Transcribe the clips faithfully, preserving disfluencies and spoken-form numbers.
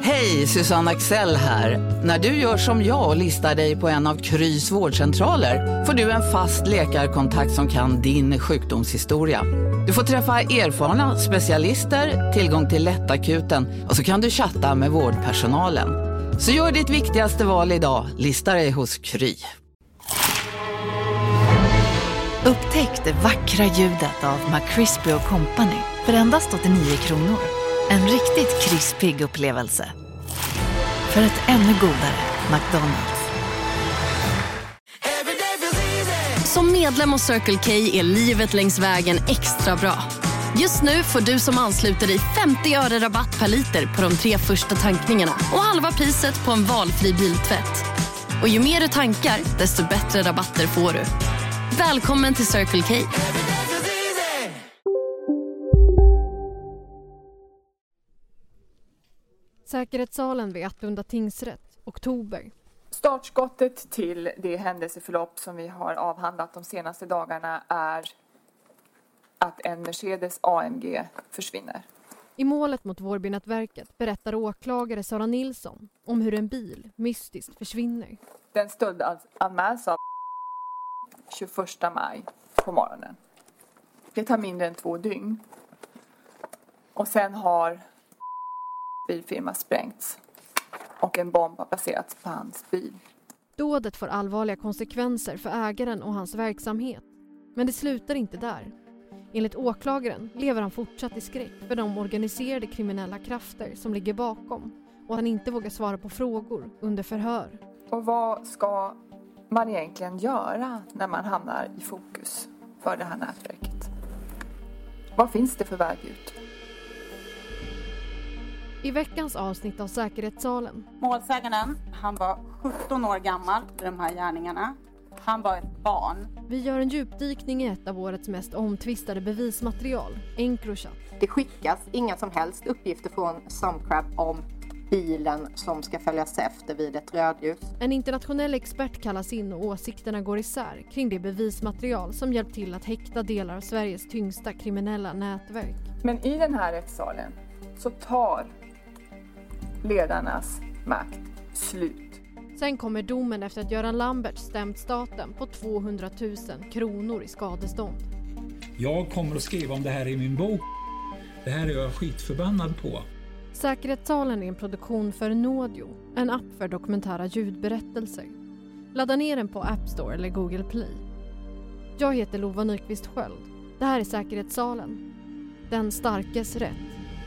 Hej, Susanne Axel här. När du gör som jag och listar dig på en av Krys vårdcentraler får du en fast läkarkontakt som kan din sjukdomshistoria. Du får träffa erfarna specialister, tillgång till lättakuten och så kan du chatta med vårdpersonalen. Så gör ditt viktigaste val idag, lista dig hos Kry. Upptäck det vackra ljudet av McCrispy och Company för endast åttionio kronor. En riktigt krispig upplevelse. För ett ännu godare McDonald's. Som medlem hos Circle K är livet längs vägen extra bra. Just nu får du som ansluter dig femtio öre rabatt per liter på de tre första tankningarna och halva priset på en valfri biltvätt. Och ju mer du tankar, desto bättre rabatter får du. Välkommen till Circle K. Säkerhetssalen vid Attunda tingsrätt, oktober. Startskottet till det händelseförlopp som vi har avhandlat de senaste dagarna är att en Mercedes A M G försvinner. I målet mot Vårbynätverket berättar åklagare Sara Nilsson om hur en bil mystiskt försvinner. Den stöldanmäls av tjugoförsta maj på morgonen. Det tar mindre än två dygn. Och sen har bilfirma sprängts och en bomb har placerats på hans bil. Dådet får allvarliga konsekvenser för ägaren och hans verksamhet. Men det slutar inte där. Enligt åklagaren lever han fortsatt i skräck för de organiserade kriminella krafter som ligger bakom och han inte vågar svara på frågor under förhör. Och vad ska man egentligen göra när man hamnar i fokus för det här nätverket? Vad finns det för väg ut? I veckans avsnitt av Säkerhetssalen. Målsäganden, han var sjutton år gammal vid de här gärningarna. Han var ett barn. Vi gör en djupdykning i ett av årets mest omtvistade bevismaterial, Encrochat. Det skickas inga som helst uppgifter från Sumcrab om bilen som ska följas efter vid ett rödljus. En internationell expert kallas in och åsikterna går isär kring det bevismaterial som hjälpt till att häkta delar av Sveriges tyngsta kriminella nätverk. Men i den här rättssalen så tar ledarnas makt slut. Sen kommer domen efter att Göran Lambert stämt staten på tvåhundratusen kronor i skadestånd. Jag kommer att skriva om det här i min bok. Det här är jag skitförbannad på. Säkerhetssalen är en produktion för Nodio, en app för dokumentära ljudberättelser. Ladda ner den på App Store eller Google Play. Jag heter Lova Nyqvist Sköld. Det här är Säkerhetssalen. Den starkes rätt.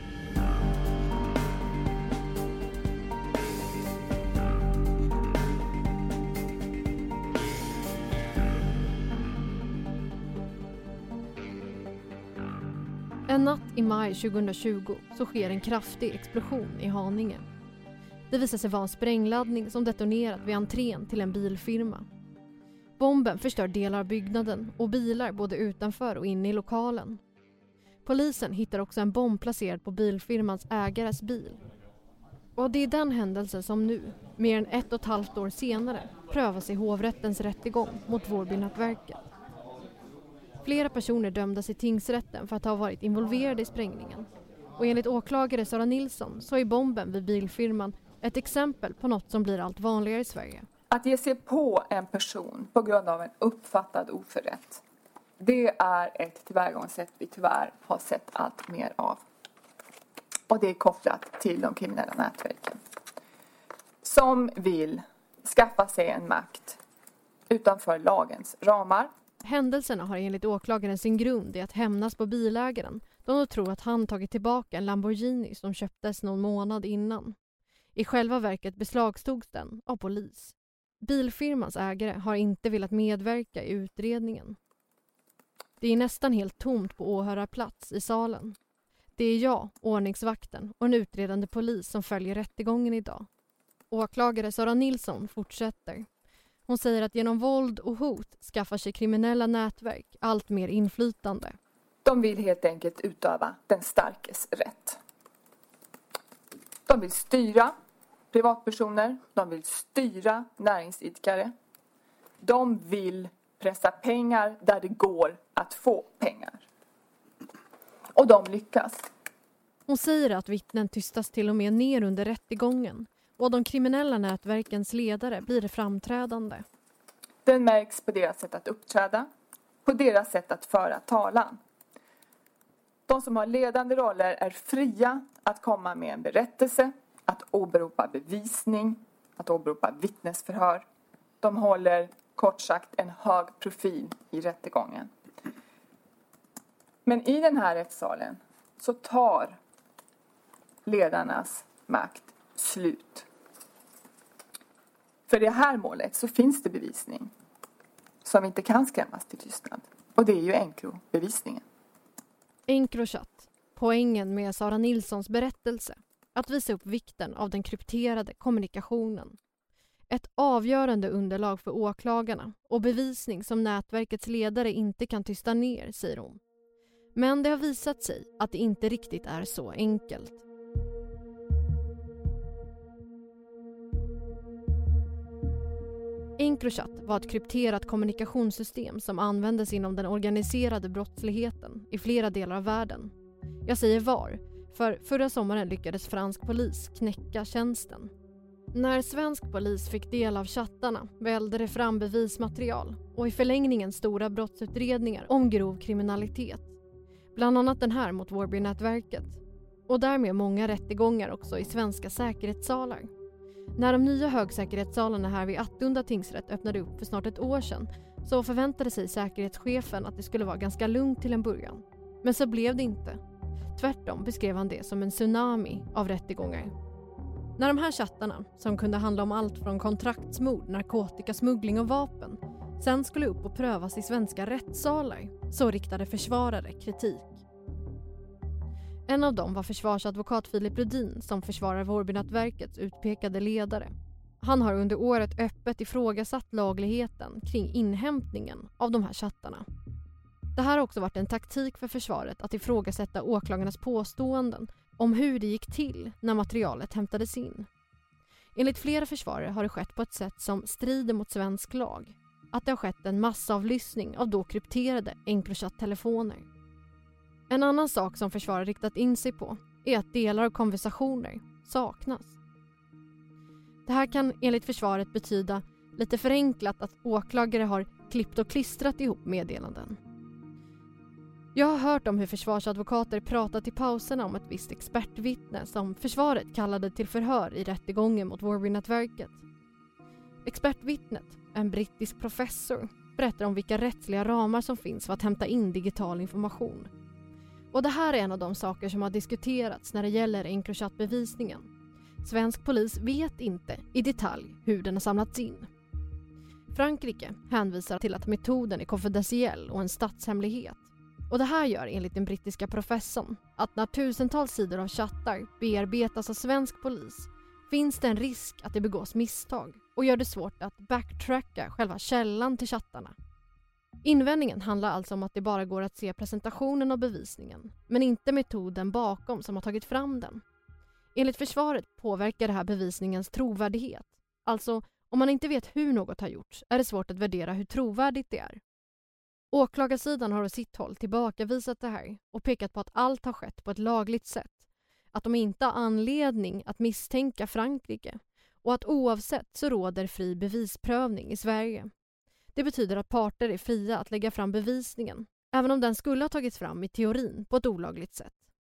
En natt i maj tjugohundratjugo så sker en kraftig explosion i Haninge. Det visar sig vara en sprängladdning som detonerat vid entrén till en bilfirma. Bomben förstör delar av byggnaden och bilar både utanför och inne i lokalen. Polisen hittar också en bomb placerad på bilfirmans ägares bil. Och det är den händelsen som nu, mer än ett och ett halvt år senare, prövas i hovrättens rättegång mot Vårbynätverket. Flera personer dömdas i tingsrätten för att ha varit involverade i sprängningen. Och enligt åklagare Sara Nilsson så är bomben vid bilfirman ett exempel på något som blir allt vanligare i Sverige. Att ge sig på en person på grund av en uppfattad oförrätt, det är ett tillvägagångssätt vi tyvärr har sett allt mer av. Och det är kopplat till de kriminella nätverken som vill skaffa sig en makt utanför lagens ramar. Händelserna har enligt åklagaren sin grund i att hämnas på bilägaren då de tror att han tagit tillbaka en Lamborghini som köptes någon månad innan. I själva verket beslagtogs den av polis. Bilfirmans ägare har inte velat medverka i utredningen. Det är nästan helt tomt på åhörarplats i salen. Det är jag, ordningsvakten och en utredande polis som följer rättegången idag. Åklagare Sara Nilsson fortsätter. Hon säger att genom våld och hot skaffar sig kriminella nätverk allt mer inflytande. De vill helt enkelt utöva den starkes rätt. De vill styra privatpersoner, de vill styra näringsidkare. De vill pressa pengar där det går att få pengar. Och de lyckas. Hon säger att vittnen tystas till och med ner under rättegången och de kriminella nätverkens ledare blir framträdande. Den märks på deras sätt att uppträda, på deras sätt att föra talan. De som har ledande roller är fria att komma med en berättelse, att åberopa bevisning, att åberopa vittnesförhör. De håller kort sagt en hög profil i rättegången. Men i den här rättssalen så tar ledarnas makt slut. För det här målet så finns det bevisning som inte kan skrämmas till tystnad. Och det är ju Encro-bevisningen. Encrochat, poängen med Sara Nilssons berättelse, att visa upp vikten av den krypterade kommunikationen. Ett avgörande underlag för åklagarna och bevisning som nätverkets ledare inte kan tysta ner, säger hon. Men det har visat sig att det inte riktigt är så enkelt. Encrochat var ett krypterat kommunikationssystem som användes inom den organiserade brottsligheten i flera delar av världen. Jag säger var, för förra sommaren lyckades fransk polis knäcka tjänsten. När svensk polis fick del av chattarna välde det fram bevismaterial och i förlängningen stora brottsutredningar om grov kriminalitet. Bland annat den här mot Vårbynätverket. Och därmed många rättegångar också i svenska säkerhetssalar. När de nya högsäkerhetssalarna här vid Attunda tingsrätt öppnade upp för snart ett år sedan så förväntade sig säkerhetschefen att det skulle vara ganska lugnt till en början. Men så blev det inte. Tvärtom beskrev han det som en tsunami av rättegångar. När de här chattarna, som kunde handla om allt från kontraktsmord, narkotikasmuggling och vapen, sen skulle upp och prövas i svenska rättssalar, så riktade försvarare kritik. En av dem var försvarsadvokat Filip Rudin som försvarar Vårbynätverkets utpekade ledare. Han har under året öppet ifrågasatt lagligheten kring inhämtningen av de här chattarna. Det här har också varit en taktik för försvaret att ifrågasätta åklagarnas påståenden om hur det gick till när materialet hämtades in. Enligt flera försvarare har det skett på ett sätt som strider mot svensk lag. Att det har skett en massavlyssning av då krypterade Encrochat-telefoner. En annan sak som försvarare riktat in sig på är att delar av konversationer saknas. Det här kan enligt försvaret betyda lite förenklat att åklagare har klippt och klistrat ihop meddelanden. Jag har hört om hur försvarsadvokater pratat i pauserna om ett visst expertvittne som försvaret kallade till förhör i rättegången mot Vårbynätverket. Expertvittnet, en brittisk professor, berättar om vilka rättsliga ramar som finns för att hämta in digital information. Och det här är en av de saker som har diskuterats när det gäller Encrochat-bevisningen. Svensk polis vet inte i detalj hur den har samlats in. Frankrike hänvisar till att metoden är konfidentiell och en statshemlighet. Och det här gör enligt den brittiska professorn att när tusentals sidor av chattar bearbetas av svensk polis finns det en risk att det begås misstag och gör det svårt att backtracka själva källan till chattarna. Invändningen handlar alltså om att det bara går att se presentationen av bevisningen, men inte metoden bakom som har tagit fram den. Enligt försvaret påverkar det här bevisningens trovärdighet. Alltså, om man inte vet hur något har gjorts är det svårt att värdera hur trovärdigt det är. Åklagarsidan har å sitt håll tillbakavisat det här och pekat på att allt har skett på ett lagligt sätt. Att de inte har anledning att misstänka Frankrike och att oavsett så råder fri bevisprövning i Sverige. Det betyder att parter är fria att lägga fram bevisningen, även om den skulle ha tagits fram i teorin på ett olagligt sätt.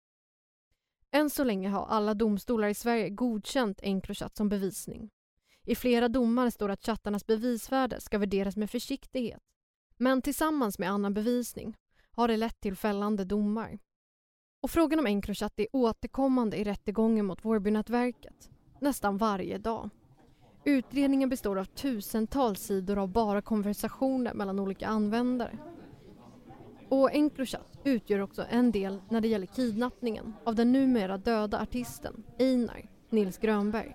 Än så länge har alla domstolar i Sverige godkänt Encrochat som bevisning. I flera domar står att chattarnas bevisvärde ska värderas med försiktighet. Men tillsammans med annan bevisning har det lett till fällande domar. Och frågan om Encrochat är återkommande i rättegången mot Vårbynätverket. Nästan varje dag. Utredningen består av tusentals sidor av bara konversationer mellan olika användare. Och Encrochat utgör också en del när det gäller kidnappningen av den numera döda artisten Einar Nils Grönberg.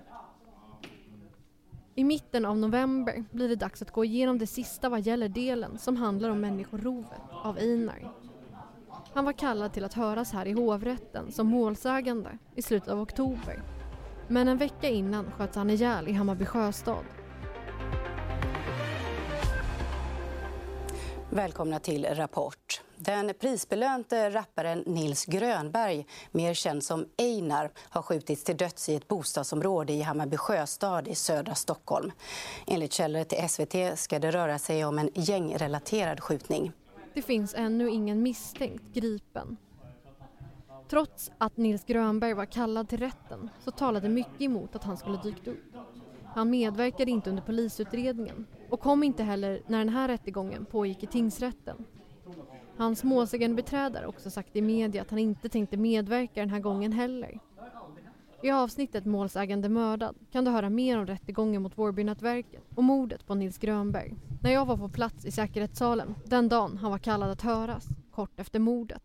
I mitten av november blir det dags att gå igenom det sista vad gäller delen som handlar om människorovet av Einar. Han var kallad till att höras här i hovrätten som målsägande i slutet av oktober. Men en vecka innan sköts han ihjäl i Hammarby Sjöstad. Välkomna till Rapport. Den prisbelönte rapparen Nils Grönberg, mer känd som Einar, har skjutits till döds i ett bostadsområde i Hammarby Sjöstad i södra Stockholm. Enligt källor till S V T ska det röra sig om en gängrelaterad skjutning. Det finns ännu ingen misstänkt gripen. Trots att Nils Grönberg var kallad till rätten så talade mycket emot att han skulle dykt upp. Han medverkade inte under polisutredningen och kom inte heller när den här rättegången pågick i tingsrätten. Hans målsägandebiträdare har också sagt i media att han inte tänkte medverka den här gången heller. I avsnittet Målsägande mördad kan du höra mer om rättegången mot Vårbynätverket och mordet på Nils Grönberg. När jag var på plats i säkerhetssalen den dagen han var kallad att höras, kort efter mordet.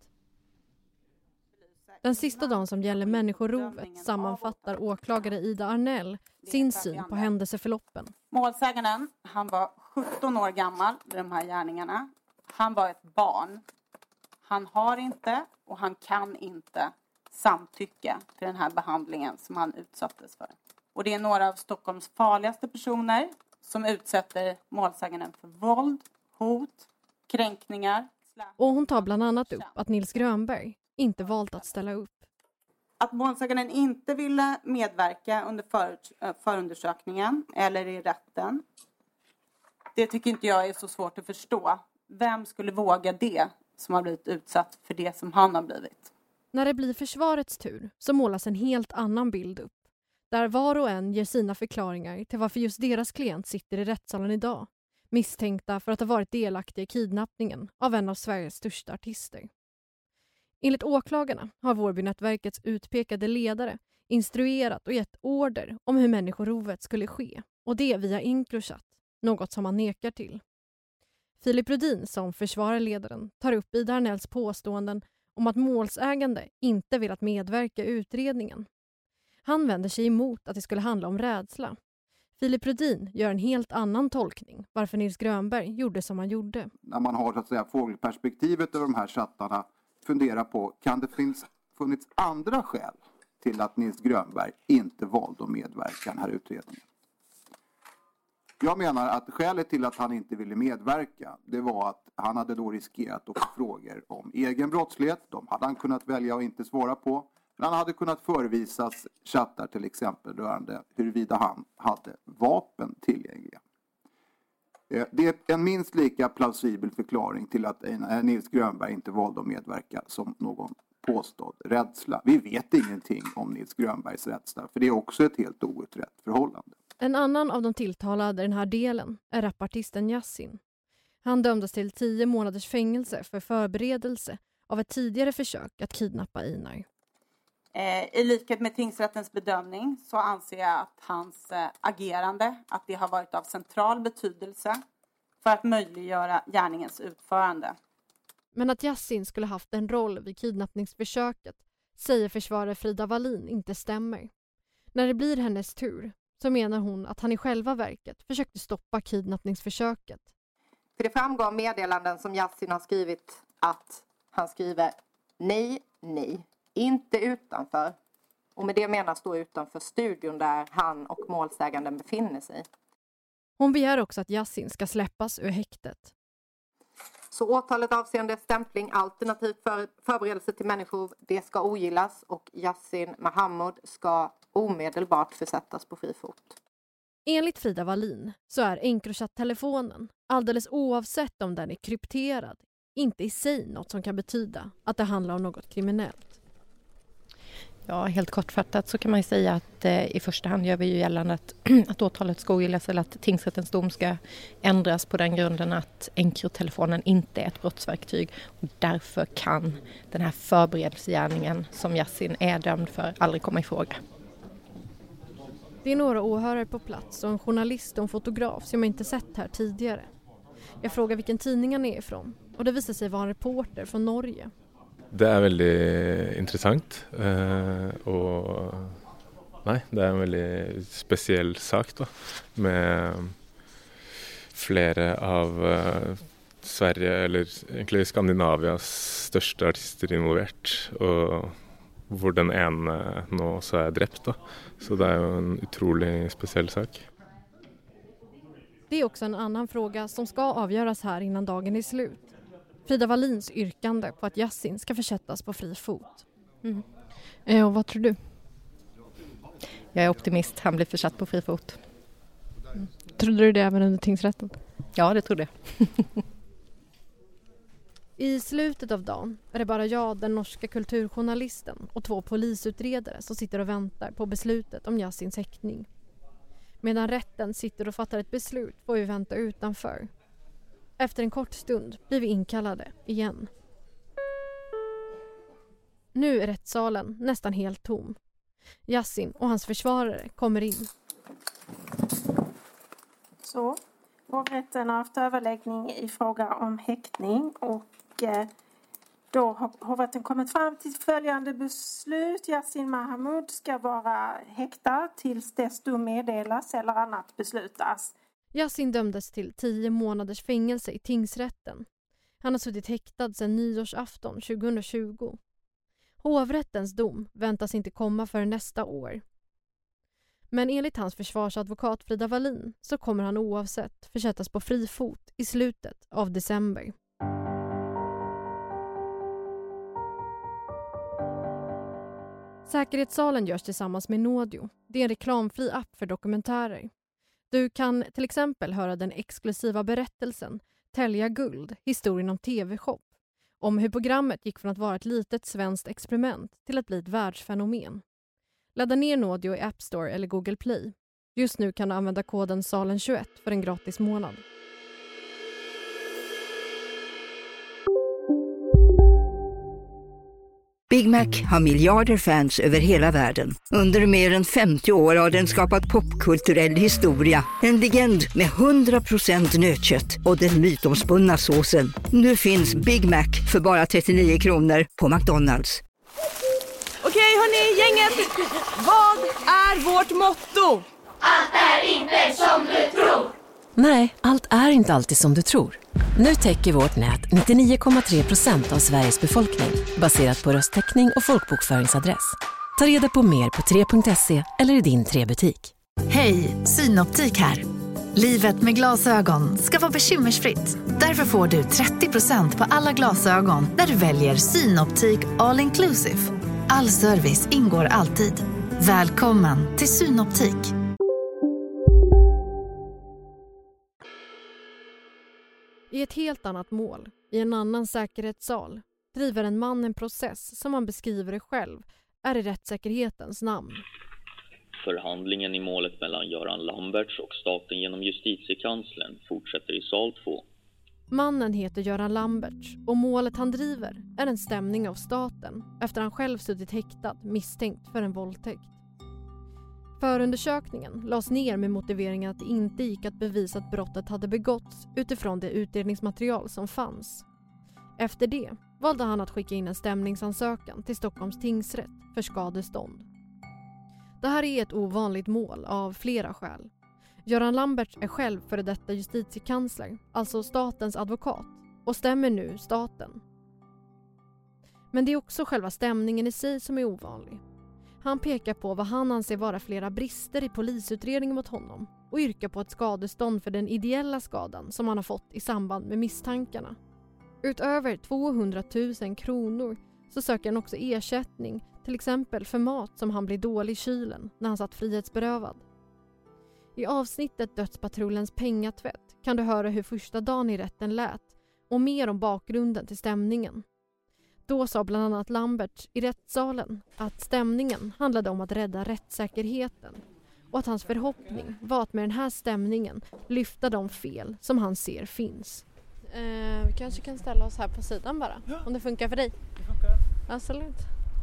Den sista dagen som gäller människorovet sammanfattar åklagare Ida Arnell sin syn på händelseförloppen. Målsäganden, han var sjutton år gammal vid de här gärningarna. Han var ett barn. Han har inte och han kan inte samtycka till den här behandlingen som han utsattes för. Och det är några av Stockholms farligaste personer som utsätter målsäganden för våld, hot, kränkningar. Och hon tar bland annat upp att Nils Grönberg inte valt att ställa upp. Att målsäganden inte ville medverka under för, förundersökningen eller i rätten, det tycker inte jag är så svårt att förstå. Vem skulle våga det som har blivit utsatt för det som han har blivit? När det blir försvarets tur så målas en helt annan bild upp. Där var och en ger sina förklaringar till varför just deras klient sitter i rättssalen idag. Misstänkta för att ha varit delaktiga i kidnappningen av en av Sveriges största artister. Enligt åklagarna har Vårbynätverkets utpekade ledare instruerat och gett order om hur människorovet skulle ske. Och det via Encrochat, något som han nekar till. Filip Rudin, som försvarar ledaren, tar upp Ida Arnells påståenden om att målsägande inte velat medverka i utredningen. Han vänder sig emot att det skulle handla om rädsla. Filip Rudin gör en helt annan tolkning varför Nils Grönberg gjorde som han gjorde. När man har så att säga fågelperspektivet över de här chattarna, fundera på, kan det finnas funnits andra skäl till att Nils Grönberg inte valde att medverka i den här utredningen? Jag menar att skälet till att han inte ville medverka, det var att han hade då riskerat att få frågor om egen brottslighet. De hade han kunnat välja att inte svara på. Men han hade kunnat förevisas chattar till exempel rörande huruvida han hade vapen tillgängliga. Det är en minst lika plausibel förklaring till att Nils Grönberg inte valde att medverka som någon påstådd rädsla. Vi vet ingenting om Nils Grönbergs rädsla, för det är också ett helt outrett förhållande. En annan av de tilltalade i den här delen är rapartisten Yasin. Han dömdes till tio månaders fängelse för förberedelse av ett tidigare försök att kidnappa Einar. I likhet med tingsrättens bedömning så anser jag att hans agerande, att det har varit av central betydelse för att möjliggöra gärningens utförande. Men att Yasin skulle haft en roll vid kidnappningsförsöket säger försvarare Frida Wallin inte stämmer. När det blir hennes tur så menar hon att han i själva verket försökte stoppa kidnappningsförsöket. För det framgår av meddelanden som Yasin har skrivit att han skriver nej, nej, inte utanför. Och med det menas då utanför studion där han och målsäganden befinner sig. Hon begär också att Yasin ska släppas ur häktet. Så åtalet avseende stämpling alternativt för förberedelse till människor, det ska ogillas och Yasin Mahamud ska omedelbart försättas på fri fot. Enligt Frida Wallin så är Encrochat-telefonen, alldeles oavsett om den är krypterad, inte i sig något som kan betyda att det handlar om något kriminellt. Ja, helt kortfattat så kan man ju säga att eh, i första hand gör vi ju gällande att, att åtalet ska ogillas eller att tingsrättens dom ska ändras på den grunden att Encrotelefonen inte är ett brottsverktyg och därför kan den här förberedelsegärningen som Yasin är dömd för aldrig komma i fråga. Det är några åhörare på plats och en journalist och en fotograf som jag inte sett här tidigare. Jag frågar vilken tidning han är ifrån och det visar sig vara en reporter från Norge. Det är väldigt intressant eh, och nej, det är en väldigt speciell sak då, med flera av eh, Sverige eller egentligen Skandinavias största artister involverat och hvor den ene nå så är drept då. Så det är ju en otroligt speciell sak. Det är också en annan fråga som ska avgöras här innan dagen är slut. Frida Wallins yrkande på att Yasin ska försättas på fri fot. Mm. Eh, och vad tror du? Jag är optimist, han blir försatt på fri fot. Mm. Trodde du det även under tingsrätten? Ja, det trodde jag. I slutet av dagen är det bara jag, den norska kulturjournalisten och två polisutredare som sitter och väntar på beslutet om Yasins häktning. Medan rätten sitter och fattar ett beslut får vi vänta utanför. Efter en kort stund blir vi inkallade igen. Nu är rättssalen nästan helt tom. Yasin och hans försvarare kommer in. Så, hovrätten har haft överläggning i fråga om häktning och eh, då har hovrätten kommit fram till följande beslut. Yasin Mahamud ska vara häktad tills dess dom meddelas eller annat beslutas. Yasin dömdes till tio månaders fängelse i tingsrätten. Han har suttit häktad sedan nyårsafton tjugohundratjugo. Hovrättens dom väntas inte komma för nästa år. Men enligt hans försvarsadvokat Frida Wallin så kommer han oavsett försättas på fri fot i slutet av december. Säkerhetssalen görs tillsammans med Nodio. Det är en reklamfri app för dokumentärer. Du kan till exempel höra den exklusiva berättelsen Tälja guld, historien om tv-shop. Om hur programmet gick från att vara ett litet svenskt experiment till att bli ett världsfenomen. Ladda ner Nodio i App Store eller Google Play. Just nu kan du använda koden salen tjugoett för en gratis månad. Big Mac har miljarder fans över hela världen. Under mer än femtio år har den skapat popkulturell historia. En legend med hundra procent nötkött och den mytomspunna såsen. Nu finns Big Mac för bara trettionio kronor på McDonald's. Okej hörni, gänget! Vad är vårt motto? Allt är inte som du tror! Nej, allt är inte alltid som du tror. Nu täcker vårt nät nittionio komma tre procent av Sveriges befolkning baserat på röstteckning och folkbokföringsadress. Ta reda på mer på tre punkt se eller i din tre-butik. Hej, Synoptik här. Livet med glasögon ska vara bekymmersfritt. Därför får du trettio procent på alla glasögon när du väljer Synoptik All Inclusive. All service ingår alltid. Välkommen till Synoptik. I ett helt annat mål, i en annan säkerhetssal, driver en man en process som han beskriver det själv är i rättssäkerhetens namn. Förhandlingen i målet mellan Göran Lamberts och staten genom justitiekanslern fortsätter i sal två. Mannen heter Göran Lamberts och målet han driver är en stämning av staten efter han själv suttit häktad misstänkt för en våldtäkt. Förundersökningen lades ner med motiveringen att det inte gick att bevisa att brottet hade begåtts utifrån det utredningsmaterial som fanns. Efter det valde han att skicka in en stämningsansökan till Stockholms tingsrätt för skadestånd. Det här är ett ovanligt mål av flera skäl. Göran Lamberts är själv före detta justitiekansler, alltså statens advokat, och stämmer nu staten. Men det är också själva stämningen i sig som är ovanlig. Han pekar på vad han anser vara flera brister i polisutredningen mot honom och yrkar på ett skadestånd för den ideella skadan som han har fått i samband med misstankarna. Utöver tvåhundratusen kronor så söker han också ersättning, till exempel för mat som han blir dålig i kylen när han satt frihetsberövad. I avsnittet Dödspatrullens pengatvätt kan du höra hur första dagen i rätten lät och mer om bakgrunden till stämningen. Då sa bland annat Lambert i rättssalen att stämningen handlade om att rädda rättssäkerheten och att hans förhoppning var att med den här stämningen lyfta de fel som han ser finns. Eh, vi kanske kan ställa oss här på sidan bara, ja. Om det funkar för dig. Det funkar. Absolut.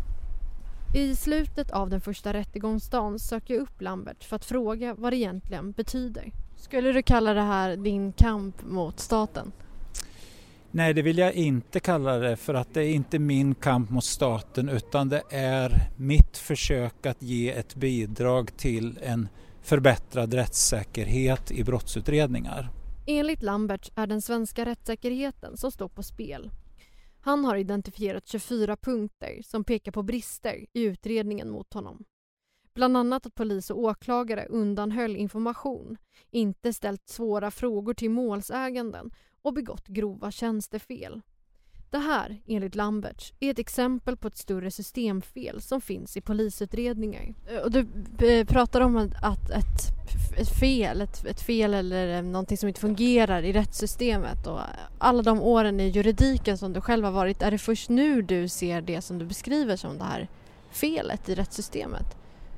I slutet av den första rättegångsdagen söker jag upp Lambert för att fråga vad det egentligen betyder. Skulle du kalla det här din kamp mot staten? Nej, det vill jag inte kalla det, för att det är inte min kamp mot staten utan det är mitt försök att ge ett bidrag till en förbättrad rättssäkerhet i brottsutredningar. Enligt Lambert är den svenska rättssäkerheten som står på spel. Han har identifierat tjugofyra punkter som pekar på brister i utredningen mot honom. Bland annat att polis och åklagare undanhöll information, inte ställt svåra frågor till målsäganden och begått grova tjänstefel. Det här, enligt Lambertz, är ett exempel på ett större systemfel som finns i polisutredningar. Och du pratar om att ett, ett fel, ett, ett fel eller någonting som inte fungerar i rättssystemet och alla de åren i juridiken som du själv har varit, är det först nu du ser det som du beskriver som det här felet i rättssystemet?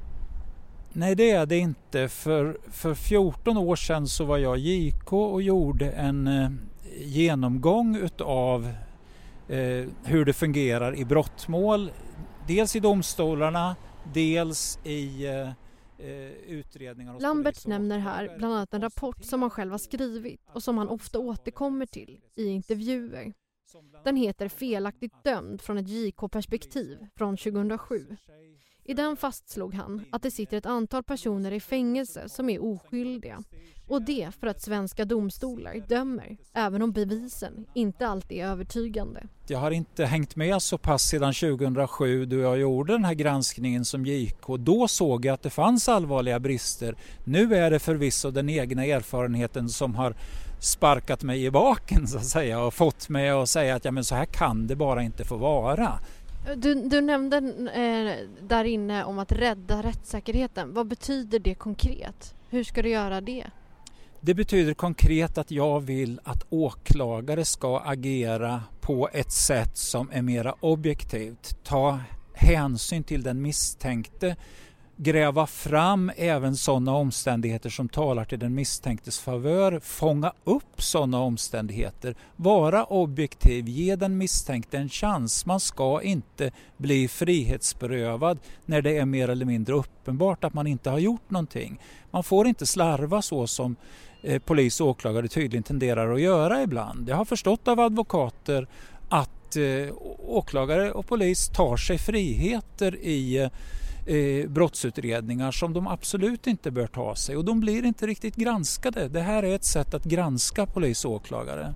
Nej, det är det inte. För, för fjorton år sedan så var jag J K och gjorde en eh, genomgång utav eh, hur det fungerar i brottmål. Dels i domstolarna, dels i eh, utredningar. Lambertz nämner här bland annat en rapport som han själv har skrivit och som han ofta återkommer till i intervjuer. Den heter Felaktigt dömd från ett J K-perspektiv från tjugohundrasju. I den fastslog han att det sitter ett antal personer i fängelse som är oskyldiga. Och det för att svenska domstolar dömer, även om bevisen inte alltid är övertygande. Jag har inte hängt med så pass sedan tjugohundrasju då jag gjorde den här granskningen som J K. Då såg jag att det fanns allvarliga brister. Nu är det förvisso den egna erfarenheten som har sparkat mig i baken så att säga och fått mig att säga att ja, men så här kan det bara inte få vara. Du, du nämnde eh, där inne om att rädda rättssäkerheten. Vad betyder det konkret? Hur ska du göra det? Det betyder konkret att jag vill att åklagare ska agera på ett sätt som är mera objektivt. Ta hänsyn till den misstänkte. Gräva fram även sådana omständigheter som talar till den misstänktes favör. Fånga upp sådana omständigheter. Vara objektiv. Ge den misstänkte en chans. Man ska inte bli frihetsberövad när det är mer eller mindre uppenbart att man inte har gjort någonting. Man får inte slarva så som eh, polis och åklagare tydligen tenderar att göra ibland. Jag har förstått av advokater att eh, åklagare och polis tar sig friheter i eh, Eh, brottsutredningar som de absolut inte bör ta sig och de blir inte riktigt granskade. Det här är ett sätt att granska polis och åklagare.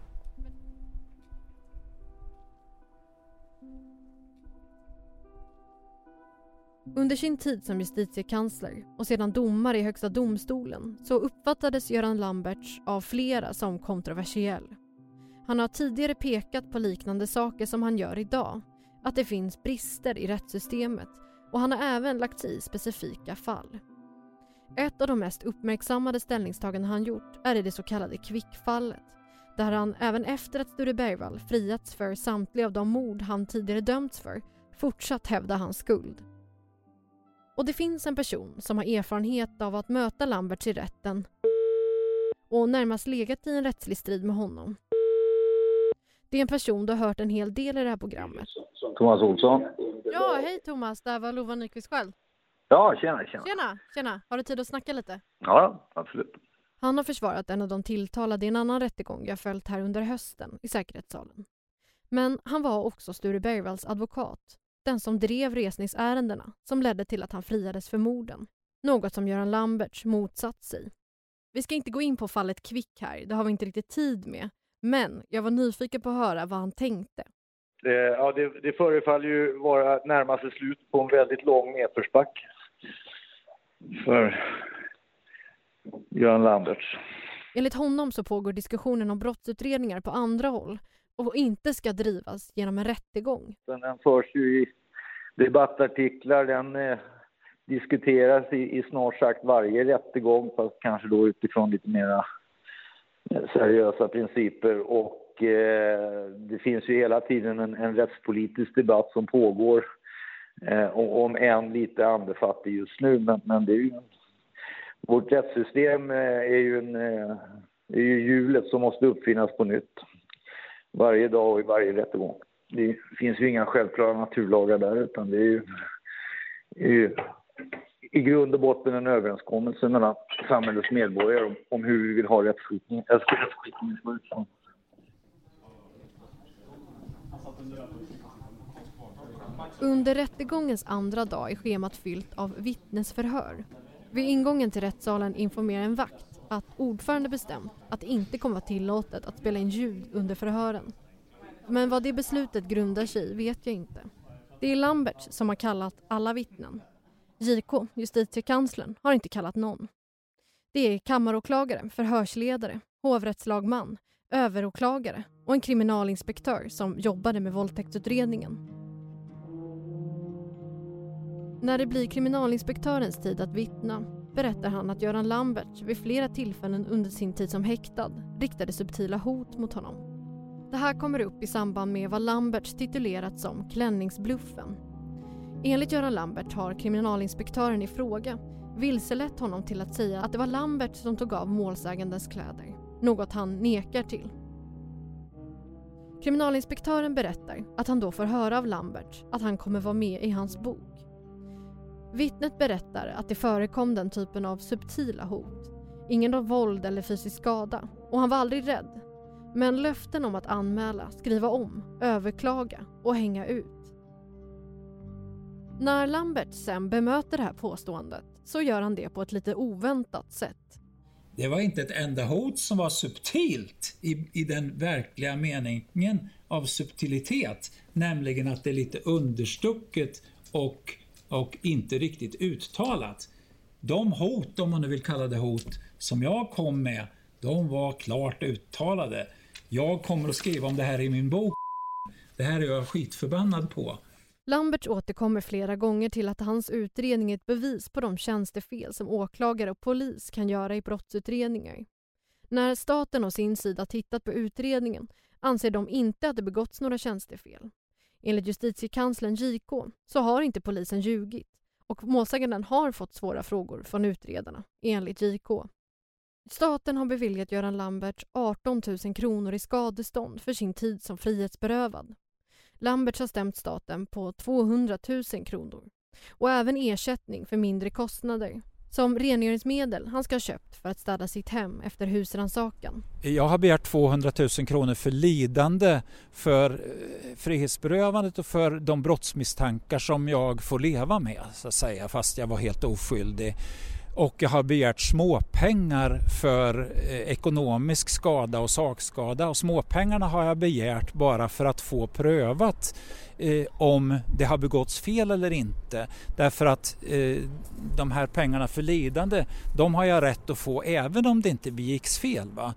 Under sin tid som justitiekansler och sedan domare i Högsta domstolen så uppfattades Göran Lambertz av flera som kontroversiell. Han har tidigare pekat på liknande saker som han gör idag, att det finns brister i rättssystemet. Och han har även lagt sig i specifika fall. Ett av de mest uppmärksammade ställningstaganden han gjort är i det så kallade Kvickfallet. Där han även efter att Sture Bergvall friats för samtliga av de mord han tidigare dömts för fortsatt hävda hans skuld. Och det finns en person som har erfarenhet av att möta Lambertz i rätten och närmast legat i en rättslig strid med honom. Det är en person du har hört en hel del i det här programmet. Thomas Olsson. Ja, hej Thomas. Det här var Lova Nyqvist själv. Ja, tjena, tjena. Tjena, tjena. Har du tid att snacka lite? Ja, absolut. Han har försvarat en av de tilltalade i en annan rättegång jag följt här under hösten i säkerhetssalen. Men han var också Sture Bergvalls advokat. Den som drev resningsärendena som ledde till att han friades för morden. Något som Göran Lambertz motsatt sig. Vi ska inte gå in på fallet Kvick här. Det har vi inte riktigt tid med. Men jag var nyfiken på att höra vad han tänkte. Det, ja, det, det förefaller ju vara närmast slut på en väldigt lång nedförsback för Göran Lambertz. Enligt honom så pågår diskussionen om brottsutredningar på andra håll och inte ska drivas genom en rättegång. Den förs ju i debattartiklar, den eh, diskuteras i, i snart sagt varje rättegång, fast kanske då utifrån lite mera seriösa principer, och eh, det finns ju hela tiden en, en rättspolitisk debatt som pågår eh, om en lite andefattig just nu, men, men det är ju vårt rättssystem eh, är ju en eh, är ju hjulet som måste uppfinnas på nytt varje dag och i varje rättegång. Det finns ju inga självklara naturlagar där, utan det är ju, är ju i grund och botten en överenskommelse mellan samhällets medborgare om, om hur vi vill ha rättsskipning. rättsskipning. Under rättegångens andra dag är schemat fyllt av vittnesförhör. Vid ingången till rättssalen informerar en vakt att ordförande bestämt att det inte kommer vara tillåtet att spela in ljud under förhören. Men vad det beslutet grundar sig i vet jag inte. Det är Lambertz som har kallat alla vittnen. J K, justitiekanslern, har inte kallat någon. Det är kammaråklagare, förhörsledare, hovrättslagman, överåklagare och en kriminalinspektör som jobbade med våldtäktsutredningen. När det blir kriminalinspektörens tid att vittna berättar han att Göran Lambert vid flera tillfällen under sin tid som häktad riktade subtila hot mot honom. Det här kommer upp i samband med vad Lambert titulerat som klänningsbluffen. Enligt Göran Lambert har kriminalinspektören i fråga vilselett honom till att säga att det var Lambert som tog av målsägandens kläder, något han nekar till. Kriminalinspektören berättar att han då får höra av Lambert att han kommer vara med i hans bok. Vittnet berättar att det förekom den typen av subtila hot. Ingen av våld eller fysisk skada, och han var aldrig rädd. Men löften om att anmäla, skriva om, överklaga och hänga ut. När Lambert sen bemöter det här påståendet så gör han det på ett lite oväntat sätt. Det var inte ett enda hot som var subtilt i, i den verkliga meningen av subtilitet. Nämligen att det är lite understucket och, och inte riktigt uttalat. De hot, om man nu vill kalla det hot, som jag kom med, de var klart uttalade. Jag kommer att skriva om det här i min bok. Det här är jag skitförbannad på. Lambert återkommer flera gånger till att hans utredning är ett bevis på de tjänstefel som åklagare och polis kan göra i brottsutredningar. När staten å sin sida tittat på utredningen anser de inte att det begåtts några tjänstefel. Enligt justitiekanslern J K så har inte polisen ljugit och målsäganden har fått svåra frågor från utredarna, enligt J K. Staten har beviljat Göran Lambert arton tusen kronor i skadestånd för sin tid som frihetsberövad. Lambert har stämt staten på tvåhundra tusen kronor och även ersättning för mindre kostnader som rengöringsmedel han ska ha köpt för att städa sitt hem efter husrannsakan. Jag har begärt tvåhundra tusen kronor för lidande för frihetsberövandet och för de brottsmisstankar som jag får leva med, så att säga, fast jag var helt oskyldig. Och jag har begärt småpengar för eh, ekonomisk skada och sakskada. Och småpengarna har jag begärt bara för att få prövat eh, om det har begåtts fel eller inte. Därför att eh, de här pengarna för lidande, de har jag rätt att få även om det inte begicks fel, va?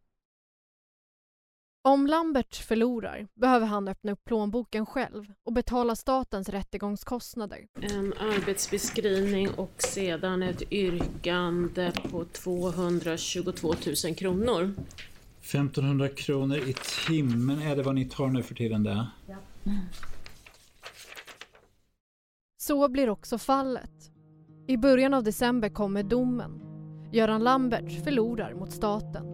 Om Lambert förlorar behöver han öppna upp plånboken själv och betala statens rättegångskostnader. En arbetsbeskrivning och sedan ett yrkande på tvåhundratjugotvå tusen kronor. femtonhundra kronor i timmen är det vad ni tar nu för tiden där? Ja. Så blir också fallet. I början av december kommer domen. Göran Lambert förlorar mot staten.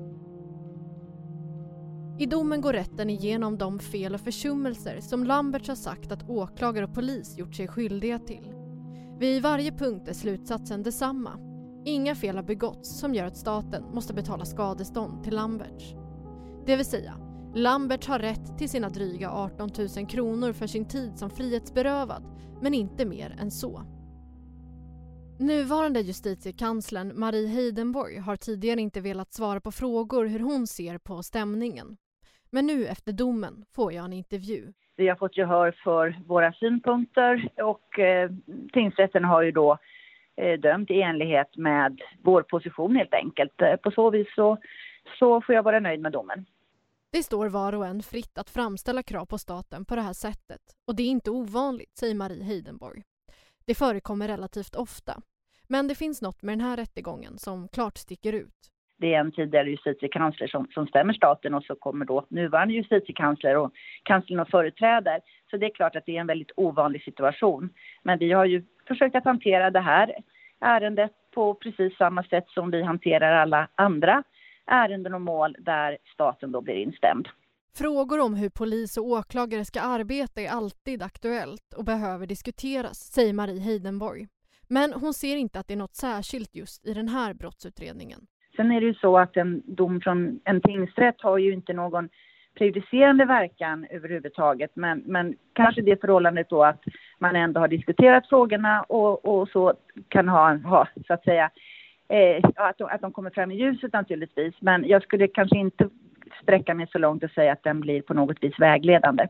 I domen går rätten igenom de fel och försummelser som Lambert har sagt att åklagare och polis gjort sig skyldiga till. Vid varje punkt är slutsatsen detsamma. Inga fel har begåtts som gör att staten måste betala skadestånd till Lambert. Det vill säga, Lambert har rätt till sina dryga arton tusen kronor för sin tid som frihetsberövad, men inte mer än så. Nuvarande justitiekanslern Marie Heidenborg har tidigare inte velat svara på frågor hur hon ser på stämningen. Men nu efter domen får jag en intervju. Vi har fått gehör för våra synpunkter och eh, tingsrätten har ju då eh, dömt i enlighet med vår position helt enkelt. Eh, på så vis så, så får jag vara nöjd med domen. Det står var och en fritt att framställa krav på staten på det här sättet. Och det är inte ovanligt, säger Marie Heidenborg. Det förekommer relativt ofta. Men det finns något med den här rättegången som klart sticker ut. Det är en tidigare justitiekansler som, som stämmer staten och så kommer då nuvarande justitiekansler och kanslern och företräder. Så det är klart att det är en väldigt ovanlig situation. Men vi har ju försökt att hantera det här ärendet på precis samma sätt som vi hanterar alla andra ärenden och mål där staten då blir instämd. Frågor om hur polis och åklagare ska arbeta är alltid aktuellt och behöver diskuteras, säger Marie Heidenborg. Men hon ser inte att det är något särskilt just i den här brottsutredningen. Sen är det ju så att en dom från en tingsrätt har ju inte någon prejudicerande verkan överhuvudtaget. Men, men kanske det förhållandet då att man ändå har diskuterat frågorna och, och så kan ha, ha så att säga, eh, att, de, att de kommer fram i ljuset naturligtvis. Men jag skulle kanske inte sträcka mig så långt och säga att den blir på något vis vägledande.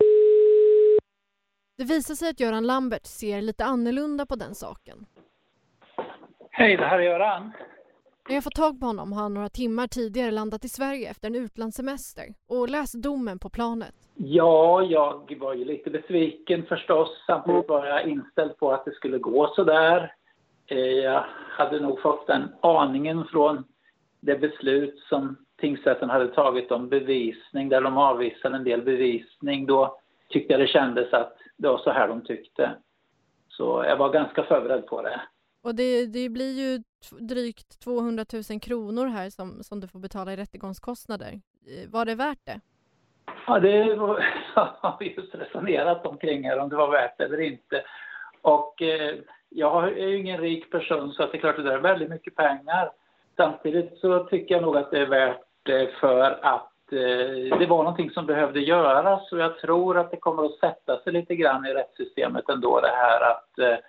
Det visar sig att Göran Lambert ser lite annorlunda på den saken. Hej, det här är Göran. När jag får tag på honom har han några timmar tidigare landat i Sverige efter en utlandssemester och läst domen på planet. Ja, jag var ju lite besviken förstås. Samtidigt var jag inställd på att det skulle gå så där. Jag hade nog fått den aningen från det beslut som tingsrätten hade tagit om bevisning, där de avvisade en del bevisning. Då tyckte jag det kändes att det var så här de tyckte. Så jag var ganska förberedd på det. Och det, det blir ju drygt tvåhundratusen kronor här som, som du får betala i rättegångskostnader. Var det värt det? Ja, det var, har vi just resonerat omkring här, om det var värt det eller inte. Och eh, jag är ju ingen rik person, så att det är klart att det är väldigt mycket pengar. Samtidigt så tycker jag nog att det är värt det för att eh, det var någonting som behövde göras. Och jag tror att det kommer att sätta sig lite grann i rättssystemet ändå, det här att eh,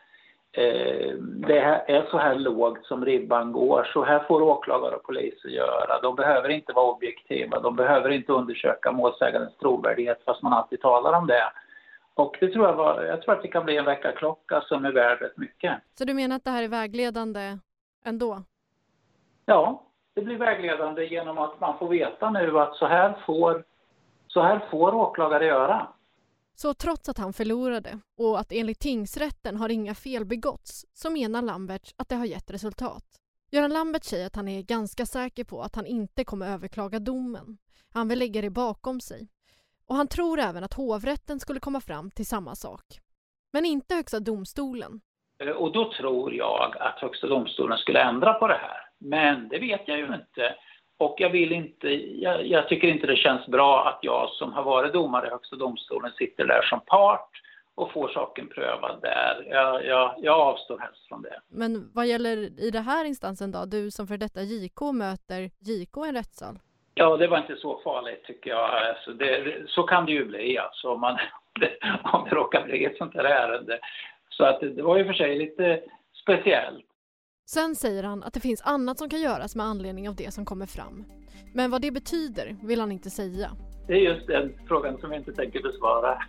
det här är så här lågt som ribban går. Så här får åklagare och poliser göra. De behöver inte vara objektiva. De behöver inte undersöka målsägandens trovärdighet, fast man alltid talar om det. Och det tror jag, var, jag tror att det kan bli en väckarklocka som är värd rätt mycket. Så du menar att det här är vägledande ändå? Ja, det blir vägledande genom att man får veta nu att så här får, så här får åklagare göra. Så trots att han förlorade och att enligt tingsrätten har inga fel begåtts, så menar Lambertz att det har gett resultat. Göran Lambertz säger att han är ganska säker på att han inte kommer överklaga domen. Han vill lägga det bakom sig. Och han tror även att hovrätten skulle komma fram till samma sak. Men inte Högsta domstolen. Och då tror jag att Högsta domstolen skulle ändra på det här. Men det vet jag ju inte. Och jag vill inte, jag, jag tycker inte det känns bra att jag som har varit domare i Högsta domstolen sitter där som part och får saken prövad där. Jag, jag, jag avstår helst från det. Men vad gäller i det här instansen då? Du som för detta J K möter J K i en rättssal? Ja, det var inte så farligt tycker jag. Alltså det, så kan det ju bli alltså, om, man, om det råkar bli ett sånt här ärende. Så att det, det var ju för sig lite speciellt. Sen säger han att det finns annat som kan göras med anledning av det som kommer fram. Men vad det betyder vill han inte säga. Det är just den frågan som jag inte tänker besvara.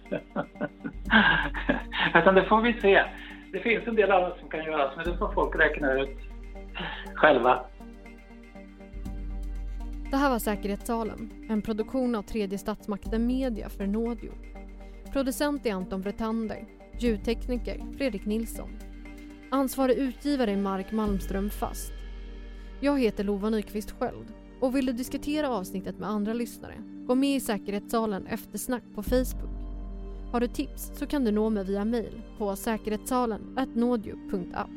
Utan det får vi se. Det finns en del annat som kan göras, men det får folk räkna ut själva. Det här var Säkerhetssalen, en produktion av Tredje Statsmakten Media för Nådio. Producent är Anton Bretander, ljudtekniker Fredrik Nilsson. Ansvarig utgivare är Mark Malmström Fast. Jag heter Lova Nyqvist Sköld och vill du diskutera avsnittet med andra lyssnare, gå med i Säkerhetssalen Eftersnack på Facebook. Har du tips så kan du nå mig via mail på säkerhetssalen snabel-a nådio punkt app.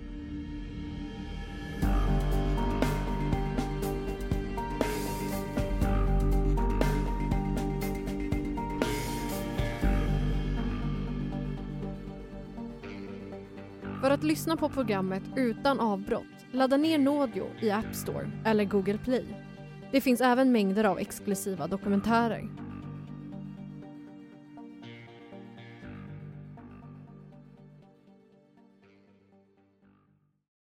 För att lyssna på programmet utan avbrott, ladda ner Nådio i App Store eller Google Play. Det finns även mängder av exklusiva dokumentärer.